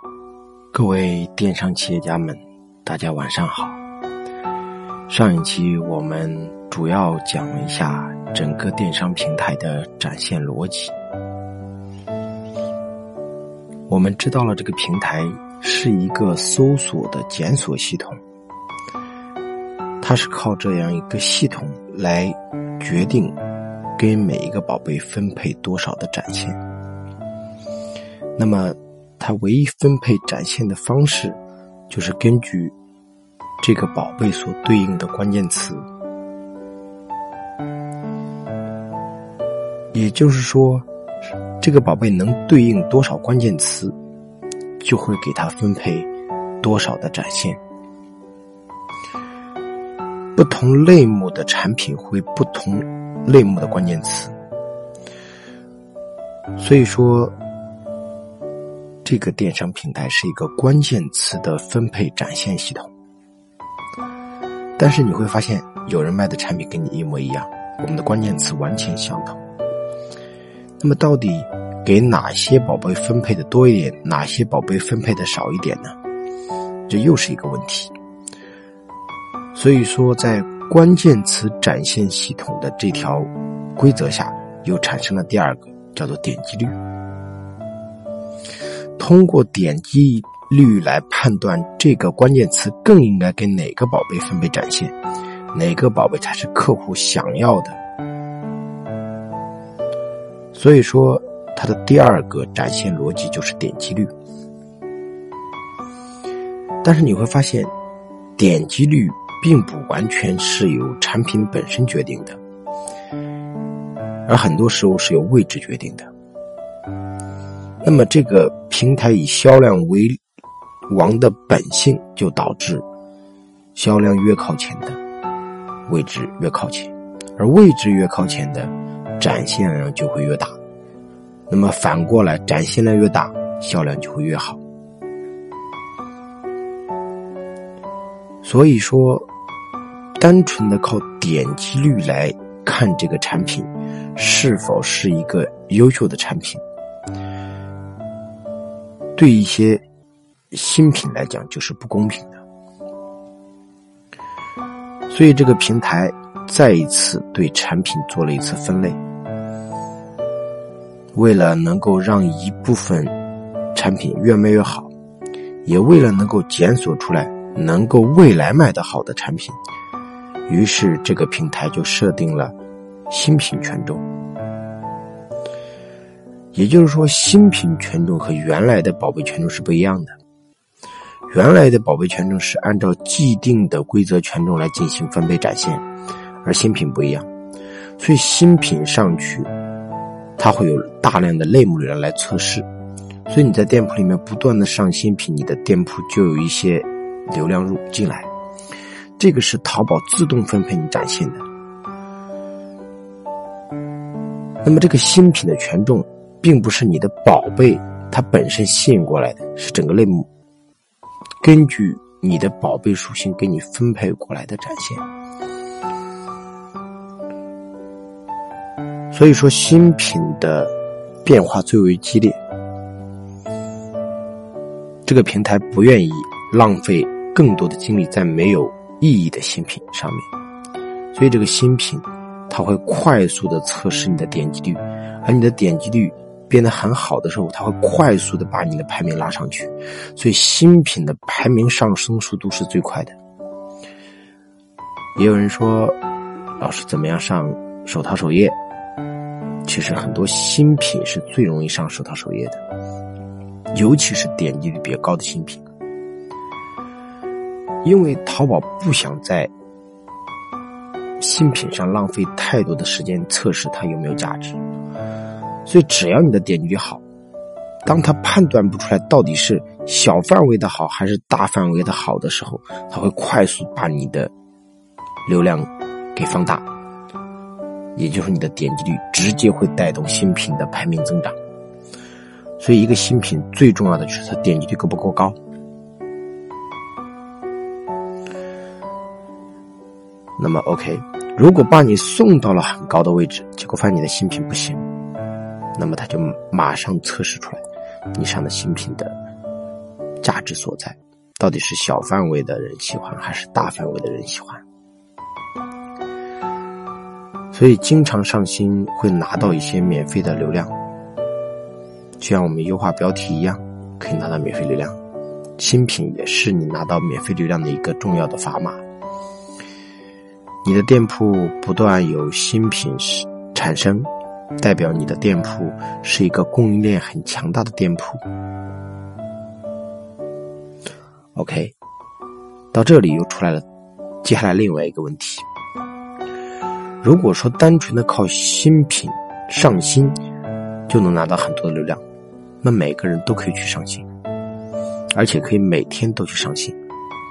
各位电商企业家们，大家晚上好。上一期我们主要讲了一下整个电商平台的展现逻辑。我们知道了这个平台是一个搜索的检索系统，它是靠这样一个系统来决定给每一个宝贝分配多少的展现。那么它唯一分配展现的方式就是根据这个宝贝所对应的关键词，也就是说这个宝贝能对应多少关键词，就会给它分配多少的展现。不同类目的产品会不同类目的关键词，所以说这个电商平台是一个关键词的分配展现系统。但是你会发现有人卖的产品跟你一模一样，我们的关键词完全相同。那么到底给哪些宝贝分配的多一点，哪些宝贝分配的少一点呢？这又是一个问题。所以说在关键词展现系统的这条规则下，又产生了第二个，叫做点击率。通过点击率来判断这个关键词更应该给哪个宝贝分配展现，哪个宝贝才是客户想要的。所以说它的第二个展现逻辑就是点击率。但是你会发现点击率并不完全是由产品本身决定的，而很多时候是由位置决定的。那么这个平台以销量为王的本性，就导致销量越靠前的位置越靠前，而位置越靠前的展现量就会越大。那么反过来，展现量越大，销量就会越好。所以说单纯的靠点击率来看这个产品是否是一个优秀的产品，对一些新品来讲就是不公平的。所以这个平台再一次对产品做了一次分类，为了能够让一部分产品越卖越好，也为了能够检索出来能够未来卖得好的产品，于是这个平台就设定了新品权重。也就是说新品权重和原来的宝贝权重是不一样的。原来的宝贝权重是按照既定的规则权重来进行分配展现，而新品不一样。所以新品上去它会有大量的类目流量来测试，所以你在店铺里面不断的上新品，你的店铺就有一些流量入进来，这个是淘宝自动分配你展现的。那么这个新品的权重并不是你的宝贝它本身吸引过来的，是整个类目根据你的宝贝属性给你分配过来的展现。所以说新品的变化最为激烈，这个平台不愿意浪费更多的精力在没有意义的新品上面，所以这个新品它会快速的测试你的点击率，而你的点击率变得很好的时候，它会快速的把你的排名拉上去，所以新品的排名上升速度是最快的。也有人说老师怎么样上首淘首页，其实很多新品是最容易上首淘首页的，尤其是点击率比较高的新品。因为淘宝不想在新品上浪费太多的时间测试它有没有价值，所以只要你的点击率好，当它判断不出来到底是小范围的好还是大范围的好的时候，它会快速把你的流量给放大，也就是你的点击率直接会带动新品的排名增长。所以一个新品最重要的就是它点击率够不够高。那么 OK， 如果把你送到了很高的位置，结果发现你的新品不行，那么它就马上测试出来你上的新品的价值所在，到底是小范围的人喜欢还是大范围的人喜欢。所以经常上新会拿到一些免费的流量，就像我们优化标题一样，可以拿到免费流量。新品也是你拿到免费流量的一个重要的砝码。你的店铺不断有新品产生，代表你的店铺是一个供应链很强大的店铺。OK， 到这里又出来了接下来另外一个问题。如果说单纯的靠新品上新就能拿到很多的流量，那每个人都可以去上新，而且可以每天都去上新。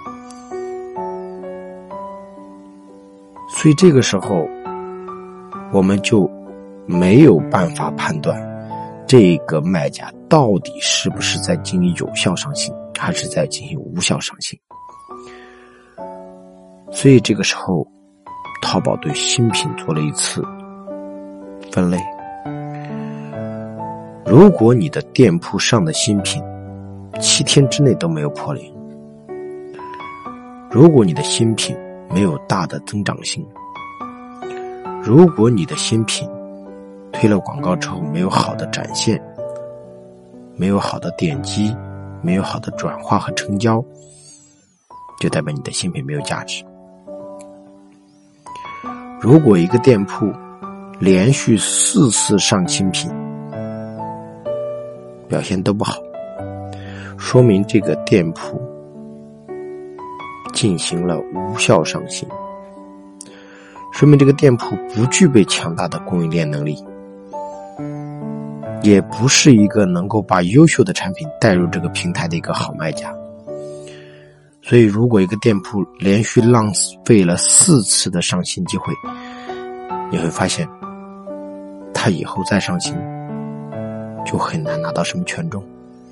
所以这个时候我们就没有办法判断这个卖家到底是不是在进行有效上新，还是在进行无效上新。所以这个时候淘宝对新品做了一次分类。如果你的店铺上的新品7天之内都没有破零，如果你的新品没有大的增长性，如果你的新品推了广告之后没有好的展现，没有好的点击，没有好的转化和成交，就代表你的新品没有价值。如果一个店铺连续4次上新品表现都不好，说明这个店铺进行了无效上新，说明这个店铺不具备强大的供应链能力，也不是一个能够把优秀的产品带入这个平台的一个好卖家。所以如果一个店铺连续浪费了4次的上新机会，你会发现他以后再上新就很难拿到什么权重。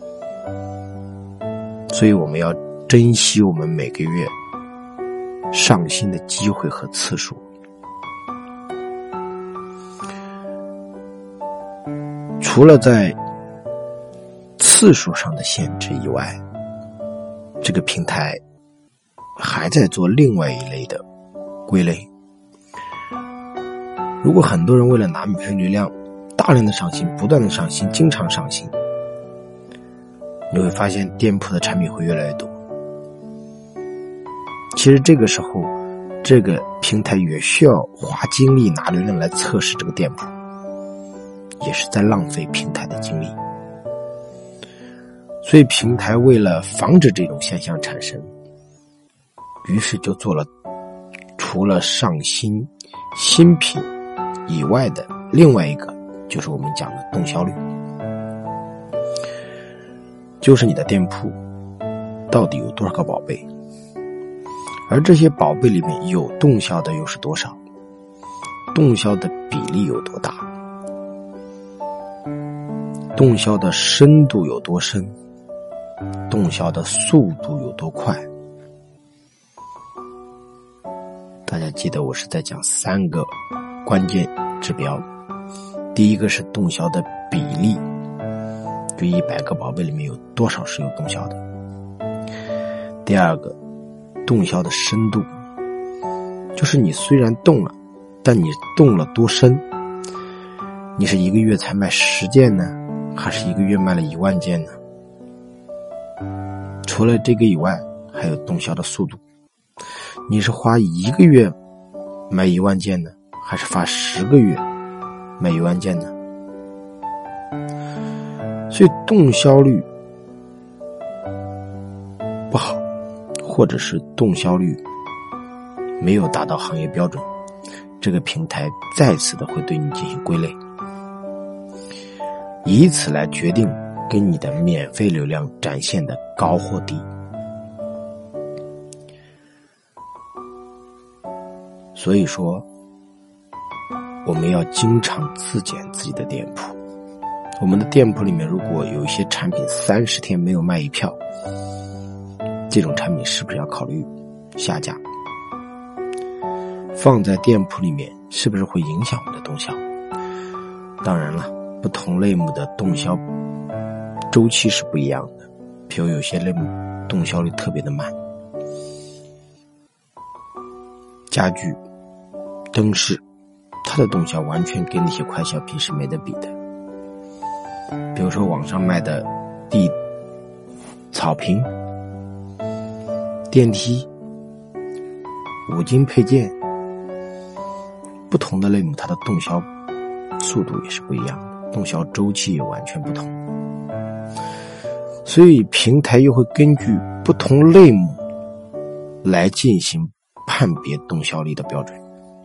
所以我们要珍惜我们每个月上新的机会和次数。除了在次数上的限制以外，这个平台还在做另外一类的归类。如果很多人为了拿免费流量大量的上新，不断的上新，经常上新，你会发现店铺的产品会越来越多。其实这个时候这个平台也需要花精力拿流量来测试这个店铺，也是在浪费平台的精力。所以平台为了防止这种现象产生，于是就做了除了上新新品以外的另外一个，就是我们讲的动销率，就是你的店铺到底有多少个宝贝，而这些宝贝里面有动销的又是多少，动销的比例有多大，动销的深度有多深，动销的速度有多快。大家记得我是在讲3个关键指标。第一个是动销的比例，就100个宝贝里面有多少是有动销的。第二个，动销的深度，就是你虽然动了，但你动了多深，你是1个月才卖10件呢，还是1个月卖了1万件呢？除了这个以外，还有动销的速度，你是花1个月卖1万件呢，还是花10个月卖1万件呢？所以动销率不好，或者是动销率没有达到行业标准，这个平台再次的会对你进行归类，以此来决定给你的免费流量展现的高或低。所以说我们要经常自检自己的店铺。我们的店铺里面如果有一些产品30天没有卖一票，这种产品是不是要考虑下架？放在店铺里面是不是会影响我们的动销？当然了，不同类目的动销周期是不一样的。比比如有些类目动销率特别的慢，家具、灯饰，它的动销完全跟那些快消品是没得比的。比如说网上卖的草坪、电梯、五金配件，不同的类目它的动销速度也是不一样的，动销周期也完全不同。所以平台又会根据不同类目来进行判别动销率的标准。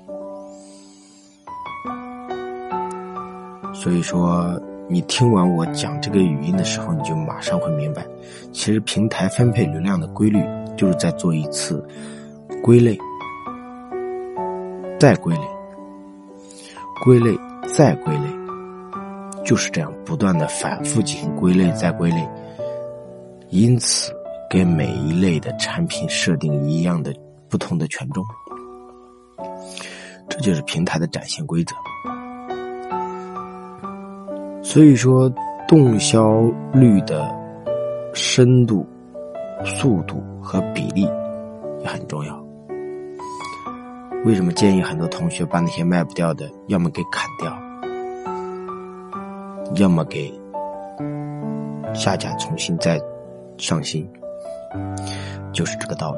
所以说你听完我讲这个语音的时候，你就马上会明白，其实平台分配流量的规律就是在做一次归类，再归类，归类再归类，就是这样不断的反复进行归类再归类，因此给每一类的产品设定一样的不同的权重，这就是平台的展现规则。所以说动销率的深度、速度和比例也很重要。为什么建议很多同学把那些卖不掉的要么给砍掉，要么给下架重新再上新，就是这个道理。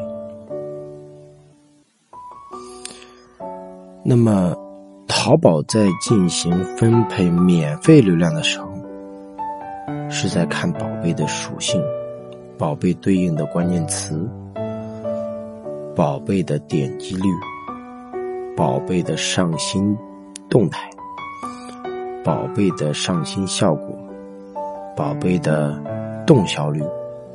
那么淘宝在进行分配免费流量的时候，是在看宝贝的属性、宝贝对应的关键词、宝贝的点击率、宝贝的上新动态、宝贝的上新效果、宝贝的动销率。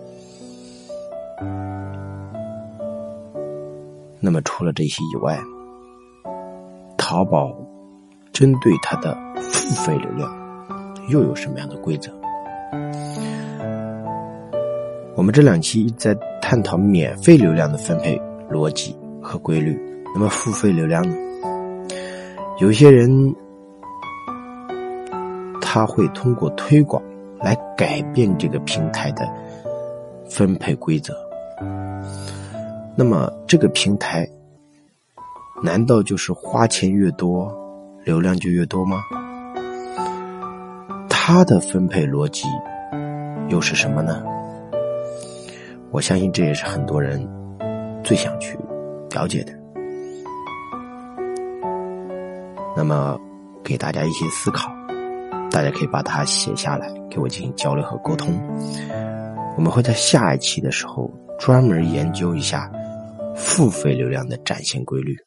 那么除了这些以外，淘宝针对它的付费流量又有什么样的规则？我们这2期在探讨免费流量的分配逻辑和规律。那么付费流量呢？有一些人他会通过推广来改变这个平台的分配规则。那么这个平台难道就是花钱越多流量就越多吗？它的分配逻辑又是什么呢？我相信这也是很多人最想去了解的。那么给大家一些思考，大家可以把它写下来给我进行交流和沟通。我们会在下一期的时候专门研究一下付费流量的展现规律。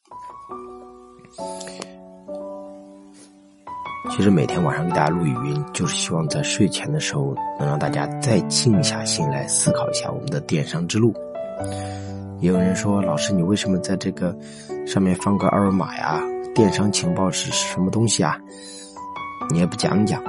其实每天晚上给大家录语音，就是希望在睡前的时候能让大家再静下心来思考一下我们的电商之路。也有人说，老师你为什么在这个上面放个二维码呀？电商情报是什么东西啊？你也不讲讲。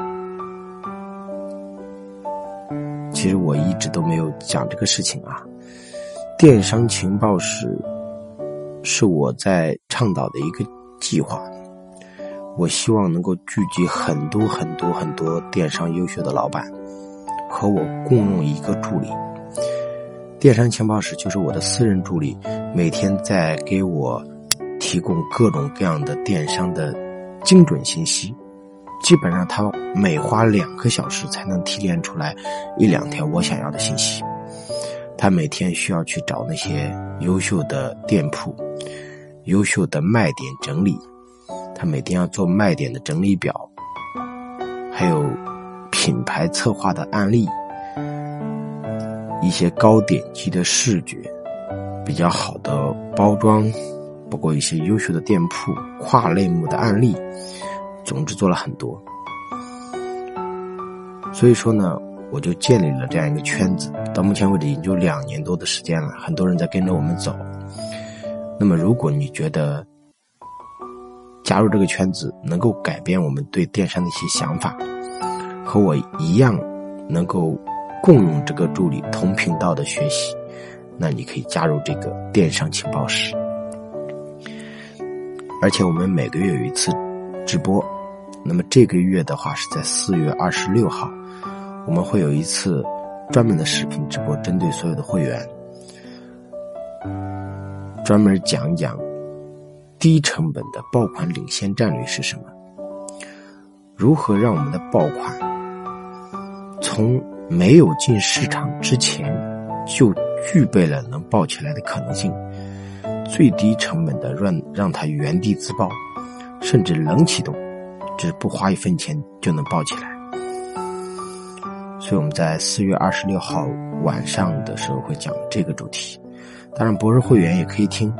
其实我一直都没有讲这个事情啊。电商情报是我在倡导的一个计划，我希望能够聚集很多电商优秀的老板和我共用一个助理。电商情报室就是我的私人助理，每天在给我提供各种各样的电商的精准信息，基本上他每花2个小时才能提炼出来1-2条我想要的信息。他每天需要去找那些优秀的店铺、优秀的卖点整理，他每天要做卖点的整理表，还有品牌策划的案例，一些高点击的视觉，比较好的包装，包括一些优秀的店铺、跨类目的案例，总之做了很多。所以说呢，我就建立了这样一个圈子，到目前为止已经就2年多的时间了，很多人在跟着我们走。那么如果你觉得加入这个圈子能够改变我们对电商的一些想法，和我一样能够共用这个助理同频道的学习，那你可以加入这个电商情报室。而且我们每个月有一次直播，那么这个月的话是在4月26号，我们会有一次专门的视频直播，针对所有的会员，专门讲讲低成本的爆款领先战略是什么，如何让我们的爆款从没有进市场之前就具备了能爆起来的可能性，最低成本的让它原地自爆，甚至冷启动，只不花1分钱就能爆起来。所以我们在4月26号晚上的时候会讲这个主题，当然博士会员也可以听，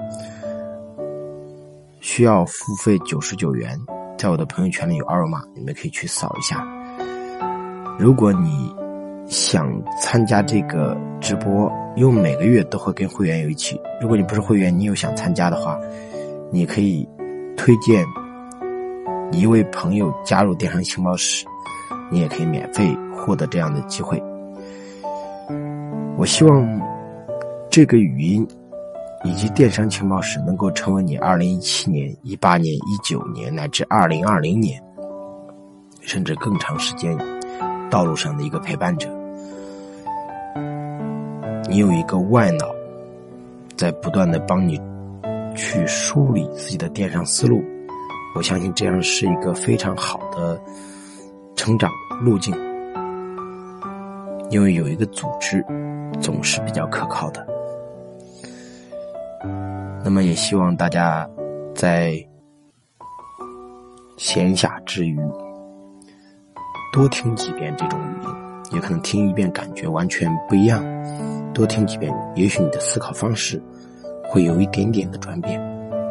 需要付费99元，在我的朋友圈里有二维码，你们可以去扫一下。如果你想参加这个直播，因为每个月都会跟会员有一起，如果你不是会员，你又想参加的话，你可以推荐一位朋友加入电商情报室，你也可以免费获得这样的机会。我希望这个语音以及电商情报室能够成为你2017年、18年、19年乃至2020年甚至更长时间道路上的一个陪伴者。你有一个外脑在不断的帮你去梳理自己的电商思路，我相信这样是一个非常好的成长路径，因为有一个组织总是比较可靠的。那么也希望大家在闲暇之余多听几遍这种语音，也可能听一遍感觉完全不一样，多听几遍，也许你的思考方式会有一点点的转变。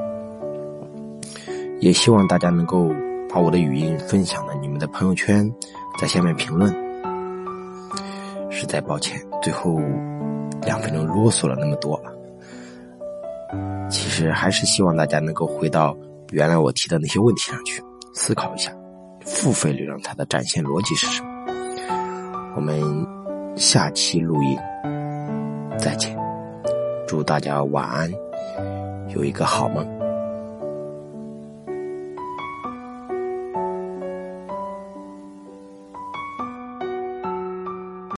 也希望大家能够把我的语音分享到你们的朋友圈，在下面评论。实在抱歉，最后2分钟啰嗦了那么多，其实还是希望大家能够回到原来我提的那些问题上去思考一下，付费流量它的展现逻辑是什么。我们下期录音再见，祝大家晚安，有一个好梦。